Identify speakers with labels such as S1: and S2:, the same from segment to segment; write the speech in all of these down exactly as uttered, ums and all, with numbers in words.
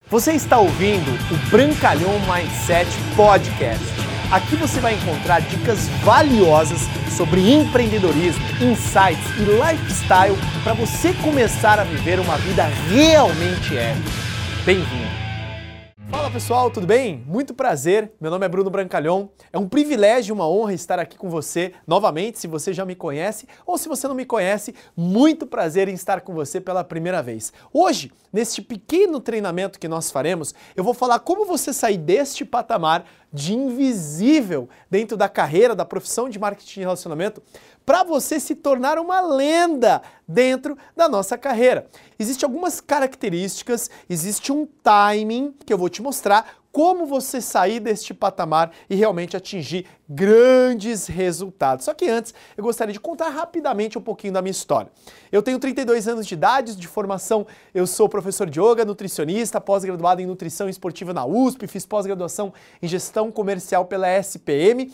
S1: Você está ouvindo o Brancalhão Mindset Podcast. Aqui você vai encontrar dicas valiosas sobre empreendedorismo, insights e lifestyle para você começar a viver uma vida realmente épica. Bem-vindo! Fala pessoal, tudo bem? Muito prazer, meu nome é Bruno Brancalhão. É um privilégio e uma honra estar aqui com você novamente, se você já me conhece ou se você não me conhece, muito prazer em estar com você pela primeira vez. Hoje, neste pequeno treinamento que nós faremos, eu vou falar como você sair deste patamar de invisível dentro da carreira, da profissão de marketing e relacionamento, para você se tornar uma lenda dentro da nossa carreira. Existem algumas características, existe um timing que eu vou te mostrar como você sair deste patamar e realmente atingir grandes resultados. Só que antes, eu gostaria de contar rapidamente um pouquinho da minha história. Eu tenho trinta e dois anos de idade, de formação eu sou professor de yoga, nutricionista, pós-graduado em nutrição esportiva na U S P, fiz pós-graduação em gestão comercial pela S P M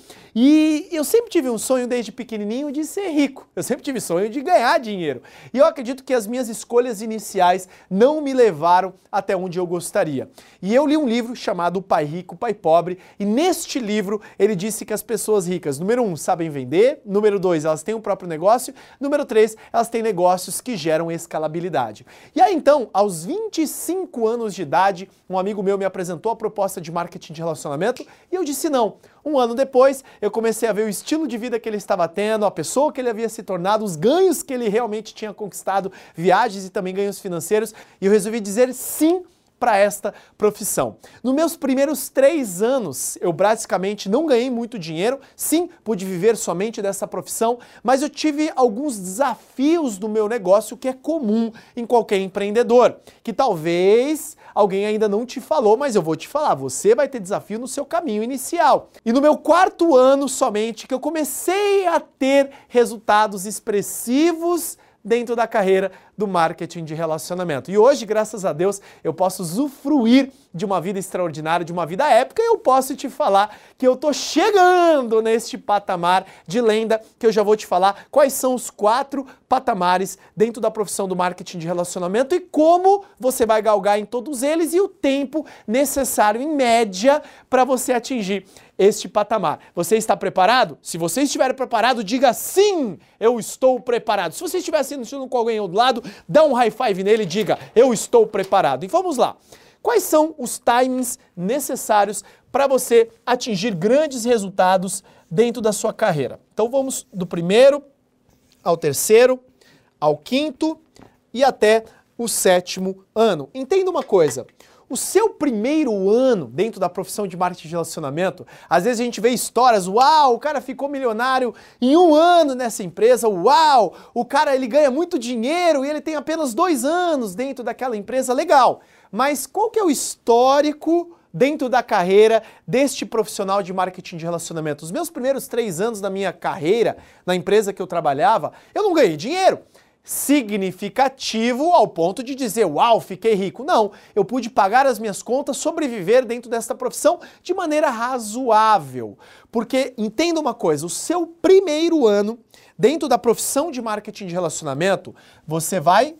S1: e eu sempre tive um sonho desde pequenininho de ser rico. Eu sempre tive sonho de ganhar dinheiro. E eu acredito que as minhas escolhas iniciais não me levaram até onde eu gostaria. E eu li um livro chamado O Pai Rico, o Pai Pobre, e neste livro ele disse que as pessoas ricas, número um, sabem vender, número dois, elas têm o próprio negócio, número três, elas têm negócios que geram escalabilidade. E aí então, aos vinte e cinco anos de idade, um amigo meu me apresentou a proposta de marketing de relacionamento e eu disse não. Um ano depois, eu comecei a ver o estilo de vida que ele estava tendo, a pessoa que ele havia se tornado, os ganhos que ele realmente tinha conquistado, viagens e também ganhos financeiros, e eu resolvi dizer sim para esta profissão. Nos meus primeiros três anos, eu basicamente não ganhei muito dinheiro, sim, pude viver somente dessa profissão, mas eu tive alguns desafios no meu negócio que é comum em qualquer empreendedor, que talvez alguém ainda não te falou, mas eu vou te falar, você vai ter desafio no seu caminho inicial. E no meu quarto ano somente que eu comecei a ter resultados expressivos dentro da carreira do marketing de relacionamento. E hoje, graças a Deus, eu posso usufruir de uma vida extraordinária, de uma vida épica, e eu posso te falar que eu tô chegando neste patamar de lenda, que eu já vou te falar quais são os quatro patamares dentro da profissão do marketing de relacionamento e como você vai galgar em todos eles e o tempo necessário, em média, para você atingir este patamar. Você está preparado? Se você estiver preparado, diga sim, eu estou preparado. Se você estiver assistindo com alguém ao lado, dá um high five nele e diga, eu estou preparado. E vamos lá. Quais são os timings necessários para você atingir grandes resultados dentro da sua carreira? Então vamos do primeiro ao terceiro, ao quinto e até o sétimo ano. Entenda uma coisa. O seu primeiro ano dentro da profissão de marketing de relacionamento, às vezes a gente vê histórias, uau, o cara ficou milionário em um ano nessa empresa, uau, o cara ele ganha muito dinheiro e ele tem apenas dois anos dentro daquela empresa, legal. Mas qual que é o histórico dentro da carreira deste profissional de marketing de relacionamento? Os meus primeiros três anos da minha carreira, na empresa que eu trabalhava, eu não ganhei dinheiro significativo ao ponto de dizer, uau, fiquei rico. Não, eu pude pagar as minhas contas, sobreviver dentro desta profissão de maneira razoável. Porque, entenda uma coisa, o seu primeiro ano dentro da profissão de marketing de relacionamento, você vai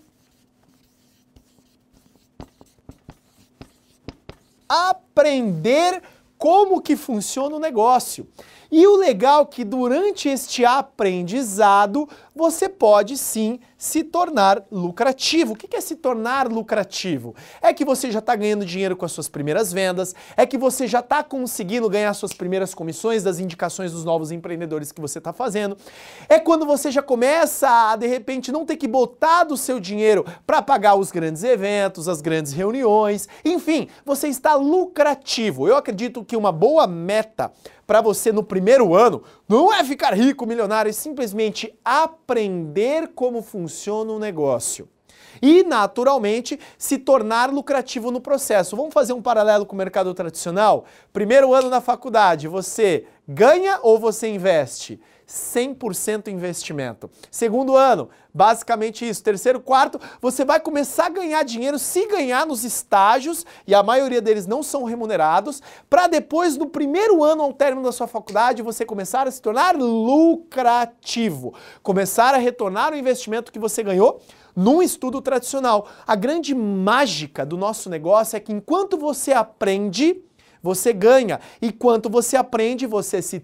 S1: aprender como que funciona o negócio. E o legal é que durante este aprendizado, você pode sim se tornar lucrativo. O que é se tornar lucrativo? É que você já está ganhando dinheiro com as suas primeiras vendas, é que você já está conseguindo ganhar suas primeiras comissões das indicações dos novos empreendedores que você está fazendo. É quando você já começa a, de repente, não ter que botar do seu dinheiro para pagar os grandes eventos, as grandes reuniões. Enfim, você está lucrativo. Eu acredito que uma boa meta para você no primeiro ano não é ficar rico, milionário, é simplesmente aprender como funciona o negócio. E, naturalmente, se tornar lucrativo no processo. Vamos fazer um paralelo com o mercado tradicional? Primeiro ano na faculdade, você ganha ou você investe? cem por cento investimento. Segundo ano, basicamente isso. Terceiro, quarto, você vai começar a ganhar dinheiro, se ganhar nos estágios, e a maioria deles não são remunerados, para depois, no primeiro ano, ao término da sua faculdade, você começar a se tornar lucrativo. Começar a retornar o investimento que você ganhou num estudo tradicional. A grande mágica do nosso negócio é que enquanto você aprende, você ganha. E enquanto você aprende, você se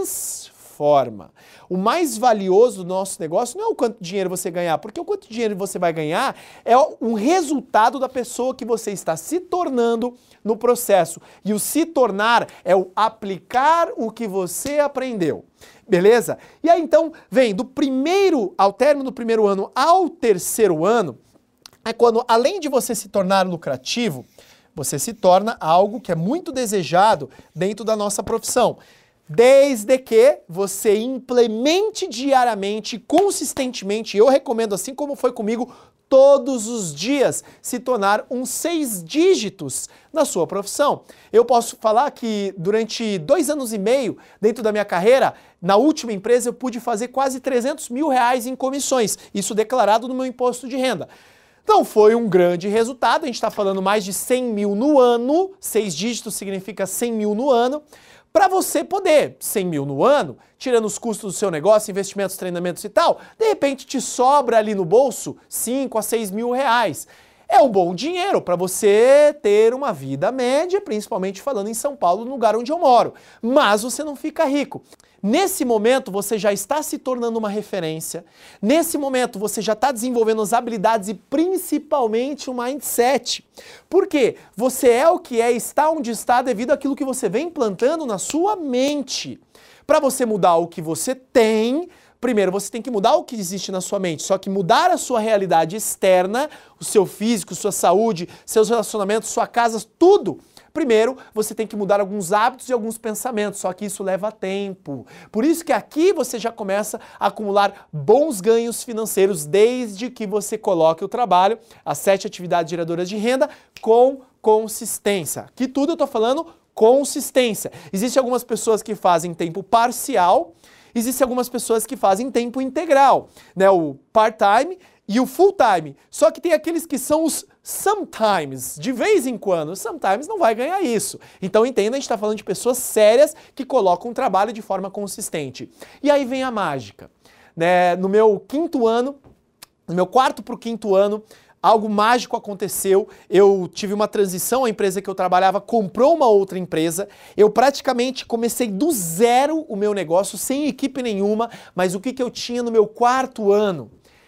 S1: transforma. O mais valioso do nosso negócio não é o quanto dinheiro você ganhar, porque o quanto dinheiro você vai ganhar é um resultado da pessoa que você está se tornando no processo. E o se tornar é o aplicar o que você aprendeu. Beleza? E aí então, vem do primeiro, ao término do primeiro ano ao terceiro ano, é quando, além de você se tornar lucrativo, você se torna algo que é muito desejado dentro da nossa profissão. Desde que você implemente diariamente, consistentemente, eu recomendo, assim como foi comigo, todos os dias, se tornar uns seis dígitos na sua profissão. Eu posso falar que durante dois anos e meio, dentro da minha carreira, na última empresa eu pude fazer quase trezentos mil reais em comissões, isso declarado no meu imposto de renda. Então foi um grande resultado, a gente está falando mais de cem mil no ano, seis dígitos significa cem mil no ano. Para você poder, cem mil no ano, tirando os custos do seu negócio, investimentos, treinamentos e tal, de repente te sobra ali no bolso cinco a seis mil reais. É um bom dinheiro para você ter uma vida média, principalmente falando em São Paulo, no lugar onde eu moro. Mas você não fica rico. Nesse momento você já está se tornando uma referência. Nesse momento você já está desenvolvendo as habilidades e principalmente o mindset. Por quê? Você é o que é, está onde está devido àquilo que você vem implantando na sua mente. Para você mudar o que você tem, primeiro você tem que mudar o que existe na sua mente, só que mudar a sua realidade externa, o seu físico, sua saúde, seus relacionamentos, sua casa, tudo. Primeiro, você tem que mudar alguns hábitos e alguns pensamentos, só que isso leva tempo. Por isso que aqui você já começa a acumular bons ganhos financeiros desde que você coloque o trabalho, as sete atividades geradoras de renda, com consistência. Aqui tudo eu tô falando consistência. Existem algumas pessoas que fazem tempo parcial, existem algumas pessoas que fazem tempo integral, né? O part-time e o full-time. Só que tem aqueles que são os sometimes, de vez em quando. Sometimes não vai ganhar isso. Então entenda, a gente está falando de pessoas sérias que colocam o trabalho de forma consistente. E aí vem a mágica, né? No meu quinto ano, no meu quarto para o quinto ano, algo mágico aconteceu, eu tive uma transição, a empresa que eu trabalhava comprou uma outra empresa, eu praticamente comecei do zero o meu negócio, sem equipe nenhuma, mas o que, que eu tinha no meu quarto ano?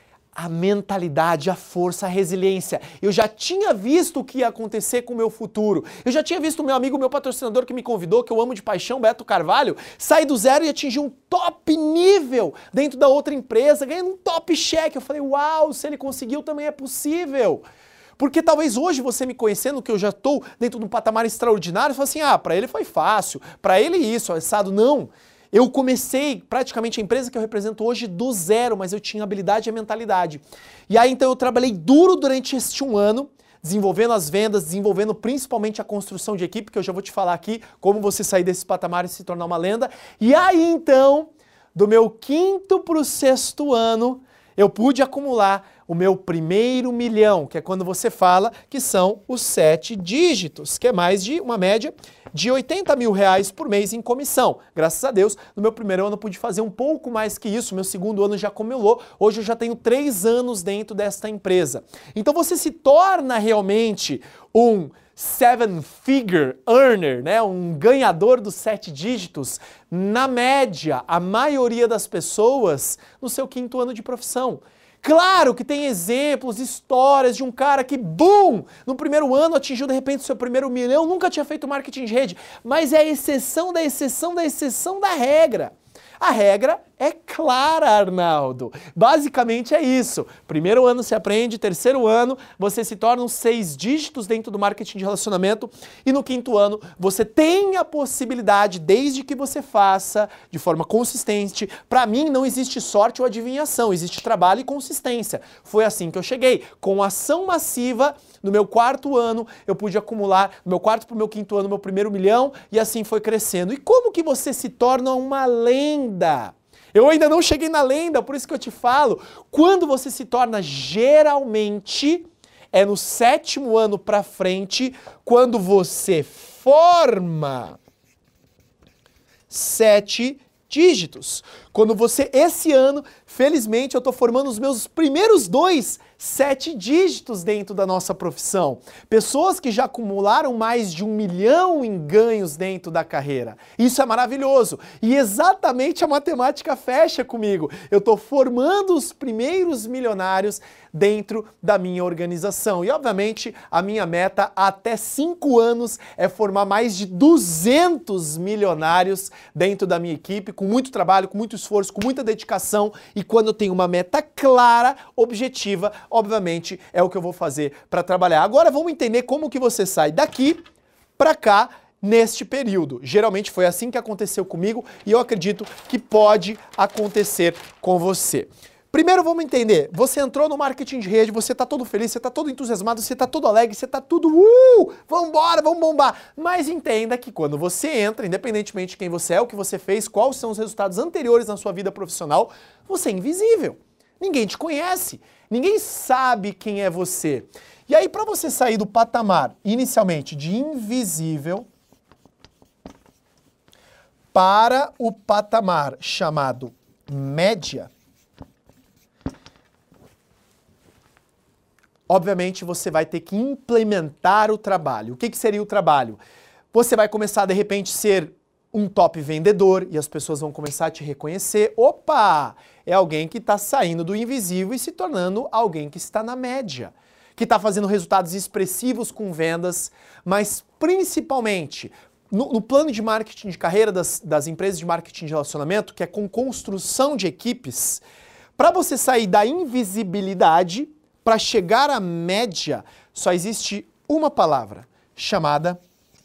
S1: A mentalidade, a força, a resiliência. Eu já tinha visto o que ia acontecer com o meu futuro. Eu já tinha visto o meu amigo, meu patrocinador que me convidou, que eu amo de paixão, Beto Carvalho, sair do zero e atingir um top nível dentro da outra empresa, ganhando um top cheque. Eu falei, uau, se ele conseguiu, também é possível. Porque talvez hoje você me conhecendo, que eu já estou dentro de um patamar extraordinário, você fala assim, ah, para ele foi fácil, para ele isso, assado. Não. Eu comecei praticamente a empresa que eu represento hoje do zero, mas eu tinha habilidade e mentalidade. E aí então eu trabalhei duro durante este um ano, desenvolvendo as vendas, desenvolvendo principalmente a construção de equipe, que eu já vou te falar aqui, como você sair desse patamar e se tornar uma lenda. E aí então, do meu quinto para o sexto ano, eu pude acumular o meu primeiro milhão, que é quando você fala que são os sete dígitos, que é mais de uma média de oitenta mil reais por mês em comissão. Graças a Deus, no meu primeiro ano eu pude fazer um pouco mais que isso, meu segundo ano já acumulou, hoje eu já tenho três anos dentro desta empresa. Então você se torna realmente um seven-figure earner, né? Um ganhador dos sete dígitos, na média, a maioria das pessoas no seu quinto ano de profissão. Claro que tem exemplos, histórias de um cara que, bum, no primeiro ano atingiu de repente o seu primeiro milhão, nunca tinha feito marketing de rede, mas é a exceção da exceção da exceção da regra. A regra é clara, Arnaldo. Basicamente é isso. Primeiro ano você aprende, terceiro ano você se torna uns seis dígitos dentro do marketing de relacionamento e no quinto ano você tem a possibilidade, desde que você faça de forma consistente. Para mim não existe sorte ou adivinhação, existe trabalho e consistência. Foi assim que eu cheguei. Com ação massiva, no meu quarto ano eu pude acumular, no meu quarto para o meu quinto ano, meu primeiro milhão e assim foi crescendo. E como que você se torna uma lenda? Eu ainda não cheguei na lenda, por isso que eu te falo, quando você se torna, geralmente, é no sétimo ano para frente, quando você forma sete dígitos. Quando você, esse ano, felizmente eu estou formando os meus primeiros dois sete dígitos dentro da nossa profissão. Pessoas que já acumularam mais de um milhão em ganhos dentro da carreira. Isso é maravilhoso. E exatamente a matemática fecha comigo. Eu estou formando os primeiros milionários dentro da minha organização. E, obviamente, a minha meta até cinco anos é formar mais de duzentos milionários dentro da minha equipe, com muito trabalho, com muito esforço, com muita dedicação. E quando eu tenho uma meta clara, objetiva, obviamente, é o que eu vou fazer para trabalhar. Agora vamos entender como que você sai daqui para cá neste período. Geralmente foi assim que aconteceu comigo e eu acredito que pode acontecer com você. Primeiro vamos entender, você entrou no marketing de rede, você está todo feliz, você está todo entusiasmado, você está todo alegre, você está tudo, uh, vamos embora, vamos bombar. Mas entenda que quando você entra, independentemente de quem você é, o que você fez, quais são os resultados anteriores na sua vida profissional, você é invisível. Ninguém te conhece, ninguém sabe quem é você. E aí para você sair do patamar, inicialmente, de invisível para o patamar chamado média, obviamente você vai ter que implementar o trabalho. O que que seria o trabalho? Você vai começar de repente a ser um top vendedor e as pessoas vão começar a te reconhecer. Opa! É alguém que está saindo do invisível e se tornando alguém que está na média, que está fazendo resultados expressivos com vendas, mas principalmente no, no plano de marketing de carreira das, das empresas de marketing de relacionamento, que é com construção de equipes, para você sair da invisibilidade para chegar à média, só existe uma palavra, chamada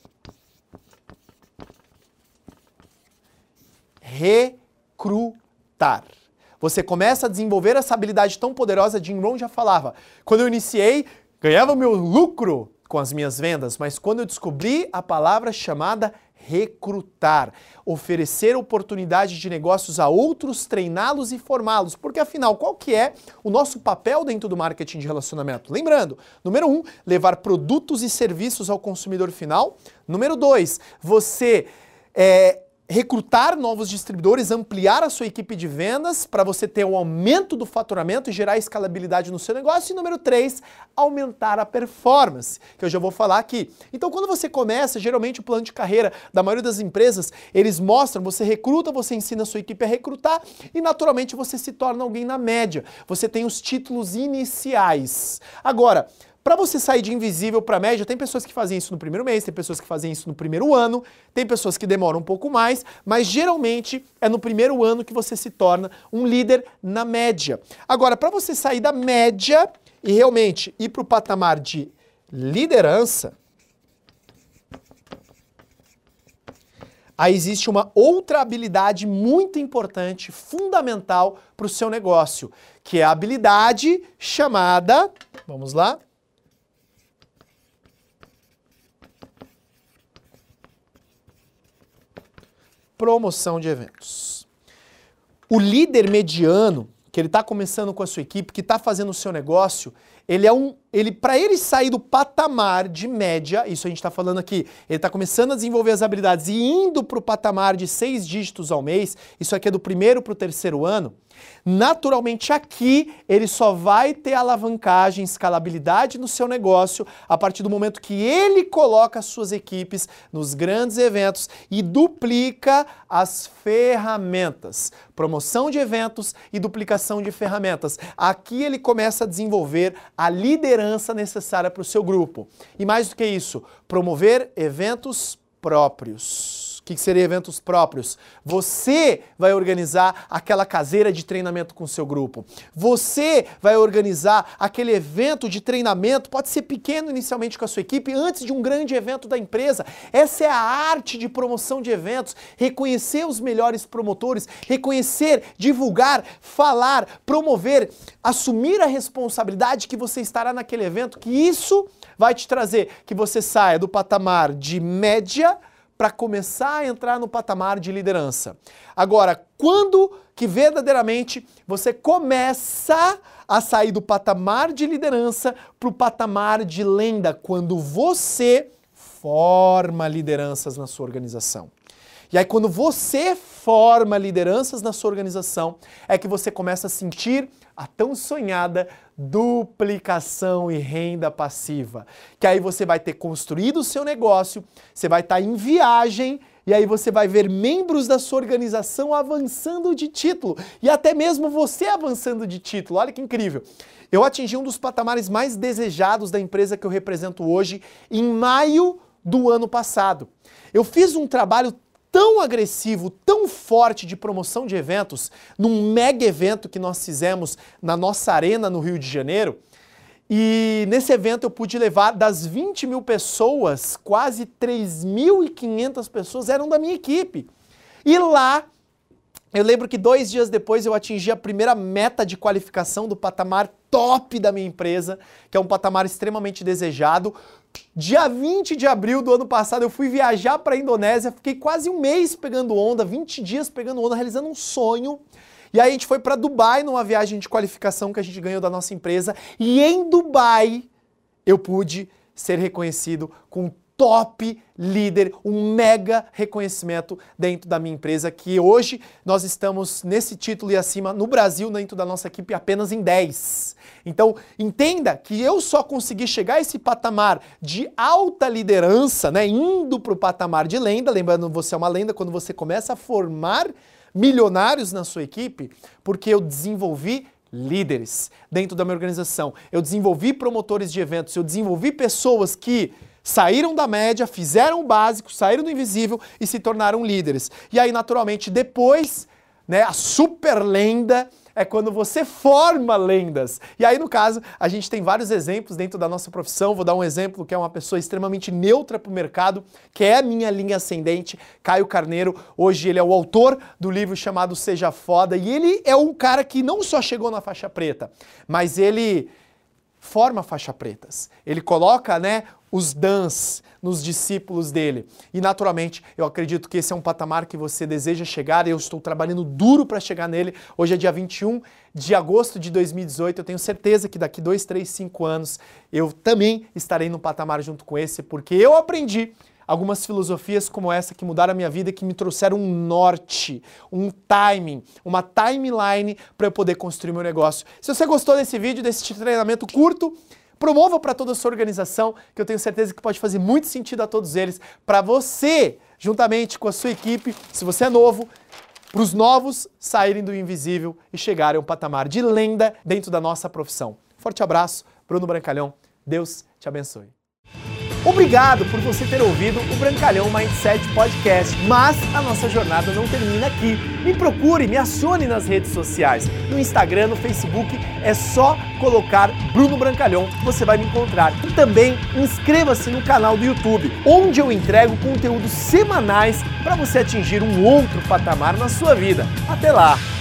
S1: recrutar. Você começa a desenvolver essa habilidade tão poderosa. Jim Rohn já falava, quando eu iniciei, ganhava meu lucro com as minhas vendas, mas quando eu descobri a palavra chamada recrutar, oferecer oportunidade de negócios a outros, treiná-los e formá-los, porque afinal, qual que é o nosso papel dentro do marketing de relacionamento? Lembrando, número um, levar produtos e serviços ao consumidor final. Número dois, você é, recrutar novos distribuidores, ampliar a sua equipe de vendas para você ter um aumento do faturamento e gerar escalabilidade no seu negócio. E número três, aumentar a performance, que eu já vou falar aqui. Então, quando você começa, geralmente o plano de carreira da maioria das empresas, eles mostram, você recruta, você ensina a sua equipe a recrutar e naturalmente você se torna alguém na média. Você tem os títulos iniciais. Agora, para você sair de invisível para média, tem pessoas que fazem isso no primeiro mês, tem pessoas que fazem isso no primeiro ano, tem pessoas que demoram um pouco mais, mas geralmente é no primeiro ano que você se torna um líder na média. Agora, para você sair da média e realmente ir para o patamar de liderança, aí existe uma outra habilidade muito importante, fundamental para o seu negócio, que é a habilidade chamada, vamos lá, promoção de eventos. O líder mediano, que ele está começando com a sua equipe, que está fazendo o seu negócio, ele é um, ele, para ele sair do patamar de média, isso a gente está falando aqui, ele está começando a desenvolver as habilidades e indo para o patamar de seis dígitos ao mês, isso aqui é do primeiro para o terceiro ano, naturalmente aqui ele só vai ter alavancagem, escalabilidade no seu negócio a partir do momento que ele coloca as suas equipes nos grandes eventos e duplica as ferramentas. Promoção de eventos e duplicação de ferramentas. Aqui ele começa a desenvolver a liderança necessária para o seu grupo. E mais do que isso, promover eventos próprios. O que seria eventos próprios? Você vai organizar aquela caseira de treinamento com o seu grupo. Você vai organizar aquele evento de treinamento, pode ser pequeno inicialmente com a sua equipe, antes de um grande evento da empresa. Essa é a arte de promoção de eventos. Reconhecer os melhores promotores, reconhecer, divulgar, falar, promover, assumir a responsabilidade que você estará naquele evento, que isso vai te trazer que você saia do patamar de média para começar a entrar no patamar de liderança. Agora, quando que verdadeiramente você começa a sair do patamar de liderança para o patamar de lenda? Quando você forma lideranças na sua organização. E aí quando você forma lideranças na sua organização, é que você começa a sentir a tão sonhada duplicação e renda passiva. Que aí você vai ter construído o seu negócio, você vai estar em viagem, e aí você vai ver membros da sua organização avançando de título. E até mesmo você avançando de título. Olha que incrível. Eu atingi um dos patamares mais desejados da empresa que eu represento hoje em maio do ano passado. Eu fiz um trabalho tão agressivo, tão forte de promoção de eventos, num mega evento que nós fizemos na nossa arena no Rio de Janeiro. E nesse evento eu pude levar das vinte mil pessoas, quase três mil e quinhentas pessoas eram da minha equipe. E lá, eu lembro que dois dias depois eu atingi a primeira meta de qualificação do patamar top da minha empresa, que é um patamar extremamente desejado. Dia vinte de abril do ano passado eu fui viajar para a Indonésia, fiquei quase um mês pegando onda, vinte dias pegando onda, realizando um sonho. E aí a gente foi para Dubai numa viagem de qualificação que a gente ganhou da nossa empresa. E em Dubai eu pude ser reconhecido com top líder, um mega reconhecimento dentro da minha empresa, que hoje nós estamos nesse título e acima no Brasil, dentro da nossa equipe, apenas em dez. Então, entenda que eu só consegui chegar a esse patamar de alta liderança, né, indo para o patamar de lenda, lembrando, você é uma lenda quando você começa a formar milionários na sua equipe, porque eu desenvolvi líderes dentro da minha organização, eu desenvolvi promotores de eventos, eu desenvolvi pessoas que saíram da média, fizeram o básico, saíram do invisível e se tornaram líderes. E aí, naturalmente, depois, né, a super lenda é quando você forma lendas. E aí, no caso, a gente tem vários exemplos dentro da nossa profissão. Vou dar um exemplo que é uma pessoa extremamente neutra para o mercado, que é a minha linha ascendente, Caio Carneiro. Hoje ele é o autor do livro chamado Seja Foda. E ele é um cara que não só chegou na faixa preta, mas ele forma faixa pretas. Ele coloca, né, os dans nos discípulos dele. E naturalmente, eu acredito que esse é um patamar que você deseja chegar, e eu estou trabalhando duro para chegar nele. Hoje é dia vinte e um de agosto de dois mil e dezoito, eu tenho certeza que daqui dois, três, cinco anos eu também estarei no patamar junto com esse, porque eu aprendi algumas filosofias como essa que mudaram a minha vida, que me trouxeram um norte, um timing, uma timeline para eu poder construir meu negócio. Se você gostou desse vídeo, desse treinamento curto, promova para toda a sua organização, que eu tenho certeza que pode fazer muito sentido a todos eles, para você, juntamente com a sua equipe, se você é novo, para os novos saírem do invisível e chegarem a um patamar de lenda dentro da nossa profissão. Forte abraço, Bruno Brancalhão. Deus te abençoe. Obrigado por você ter ouvido o Brancalhão Mindset Podcast, mas a nossa jornada não termina aqui. Me procure, me acione nas redes sociais. No Instagram, no Facebook, é só colocar Bruno Brancalhão, você vai me encontrar. E também inscreva-se no canal do YouTube, onde eu entrego conteúdos semanais para você atingir um outro patamar na sua vida. Até lá!